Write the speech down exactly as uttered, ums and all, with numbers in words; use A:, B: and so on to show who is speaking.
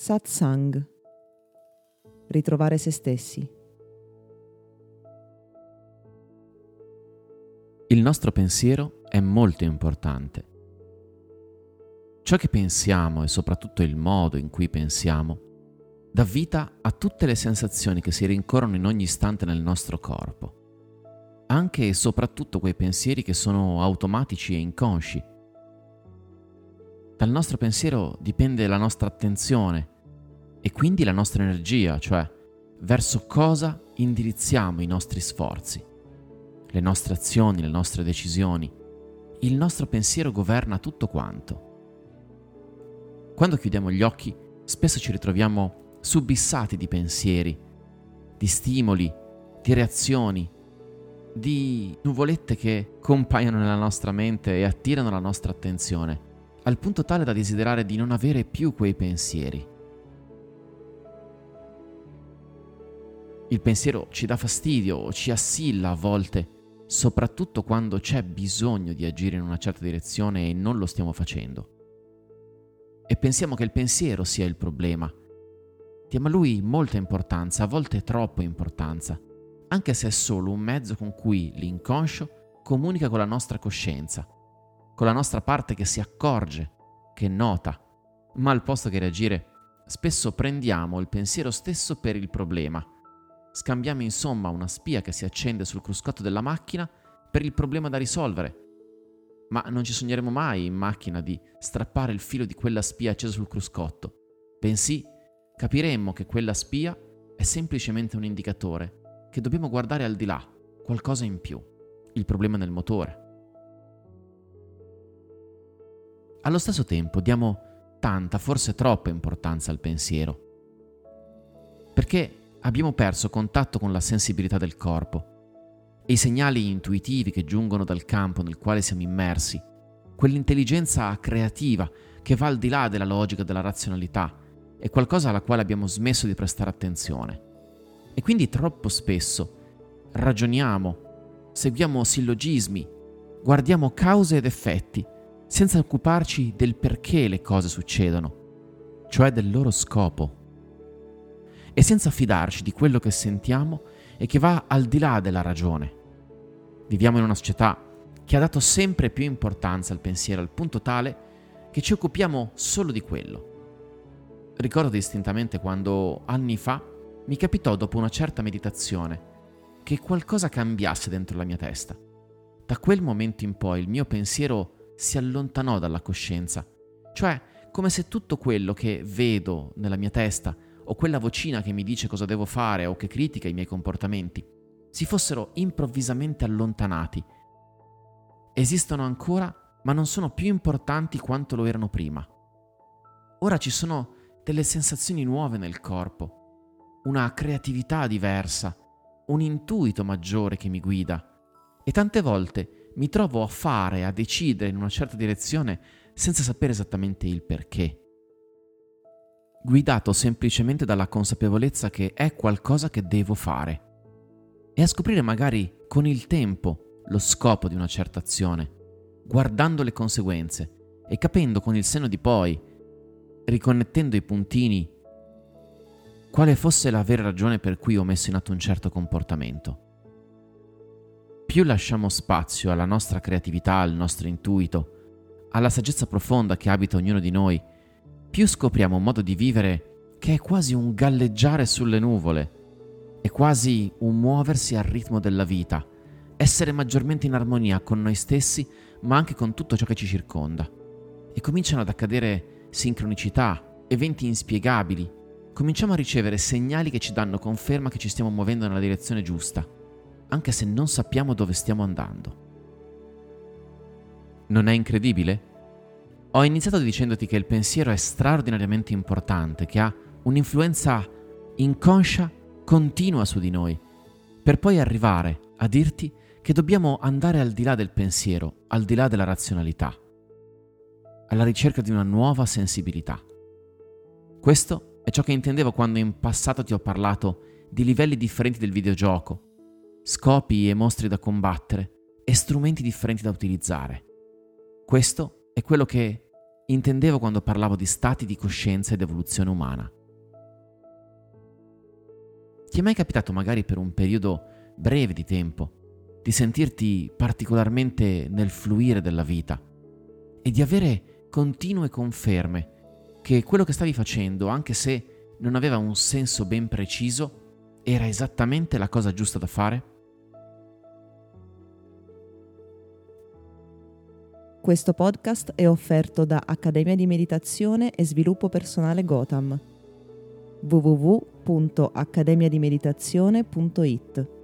A: Satsang. Ritrovare se stessi.
B: Il nostro pensiero è molto importante. Ciò che pensiamo e soprattutto il modo in cui pensiamo dà vita a tutte le sensazioni che si rincorrono in ogni istante nel nostro corpo, anche e soprattutto quei pensieri che sono automatici e inconsci. Dal nostro pensiero dipende la nostra attenzione e quindi la nostra energia, cioè verso cosa indirizziamo i nostri sforzi, le nostre azioni, le nostre decisioni. Il nostro pensiero governa tutto quanto. Quando chiudiamo gli occhi, spesso ci ritroviamo subissati di pensieri, di stimoli, di reazioni, di nuvolette che compaiono nella nostra mente e attirano la nostra attenzione, al punto tale da desiderare di non avere più quei pensieri. Il pensiero ci dà fastidio o ci assilla a volte, soprattutto quando c'è bisogno di agire in una certa direzione e non lo stiamo facendo. E pensiamo che il pensiero sia il problema. Diamo a lui molta importanza, a volte troppa importanza, anche se è solo un mezzo con cui l'inconscio comunica con la nostra coscienza, con la nostra parte che si accorge, che nota, ma al posto che reagire, spesso prendiamo il pensiero stesso per il problema. Scambiamo insomma una spia che si accende sul cruscotto della macchina per il problema da risolvere. Ma non ci sogneremo mai in macchina di strappare il filo di quella spia accesa sul cruscotto, bensì capiremmo che quella spia è semplicemente un indicatore, che dobbiamo guardare al di là, qualcosa in più, il problema nel motore. Allo stesso tempo diamo tanta, forse troppa importanza al pensiero, perché abbiamo perso contatto con la sensibilità del corpo e i segnali intuitivi che giungono dal campo nel quale siamo immersi, quell'intelligenza creativa che va al di là della logica, della razionalità, è qualcosa alla quale abbiamo smesso di prestare attenzione. E quindi troppo spesso ragioniamo, seguiamo sillogismi, guardiamo cause ed effetti, senza occuparci del perché le cose succedono, cioè del loro scopo, e senza fidarci di quello che sentiamo e che va al di là della ragione. Viviamo in una società che ha dato sempre più importanza al pensiero, al punto tale che ci occupiamo solo di quello. Ricordo distintamente quando, anni fa, mi capitò dopo una certa meditazione che qualcosa cambiasse dentro la mia testa. Da quel momento in poi il mio pensiero si allontanò dalla coscienza, cioè come se tutto quello che vedo nella mia testa o quella vocina che mi dice cosa devo fare o che critica i miei comportamenti si fossero improvvisamente allontanati. Esistono ancora, ma non sono più importanti quanto lo erano prima. Ora ci sono delle sensazioni nuove nel corpo, una creatività diversa, un intuito maggiore che mi guida, e tante volte mi trovo a fare, a decidere in una certa direzione senza sapere esattamente il perché, guidato semplicemente dalla consapevolezza che è qualcosa che devo fare, e a scoprire magari con il tempo lo scopo di una certa azione, guardando le conseguenze e capendo con il senno di poi, riconnettendo i puntini, quale fosse la vera ragione per cui ho messo in atto un certo comportamento. Più lasciamo spazio alla nostra creatività, al nostro intuito, alla saggezza profonda che abita ognuno di noi, più scopriamo un modo di vivere che è quasi un galleggiare sulle nuvole, è quasi un muoversi al ritmo della vita, essere maggiormente in armonia con noi stessi, ma anche con tutto ciò che ci circonda. E cominciano ad accadere sincronicità, eventi inspiegabili, cominciamo a ricevere segnali che ci danno conferma che ci stiamo muovendo nella direzione giusta, anche se non sappiamo dove stiamo andando. Non è incredibile? Ho iniziato dicendoti che il pensiero è straordinariamente importante, che ha un'influenza inconscia continua su di noi, per poi arrivare a dirti che dobbiamo andare al di là del pensiero, al di là della razionalità, alla ricerca di una nuova sensibilità. Questo è ciò che intendevo quando in passato ti ho parlato di livelli differenti del videogioco, scopi e mostri da combattere e strumenti differenti da utilizzare. Questo è quello che intendevo quando parlavo di stati di coscienza ed evoluzione umana. Ti è mai capitato, magari per un periodo breve di tempo, di sentirti particolarmente nel fluire della vita e di avere continue conferme che quello che stavi facendo, anche se non aveva un senso ben preciso, era esattamente la cosa giusta da fare?
A: Questo podcast è offerto da Accademia di Meditazione e Sviluppo Personale Gotham. w w w punto accademia di meditazione punto i t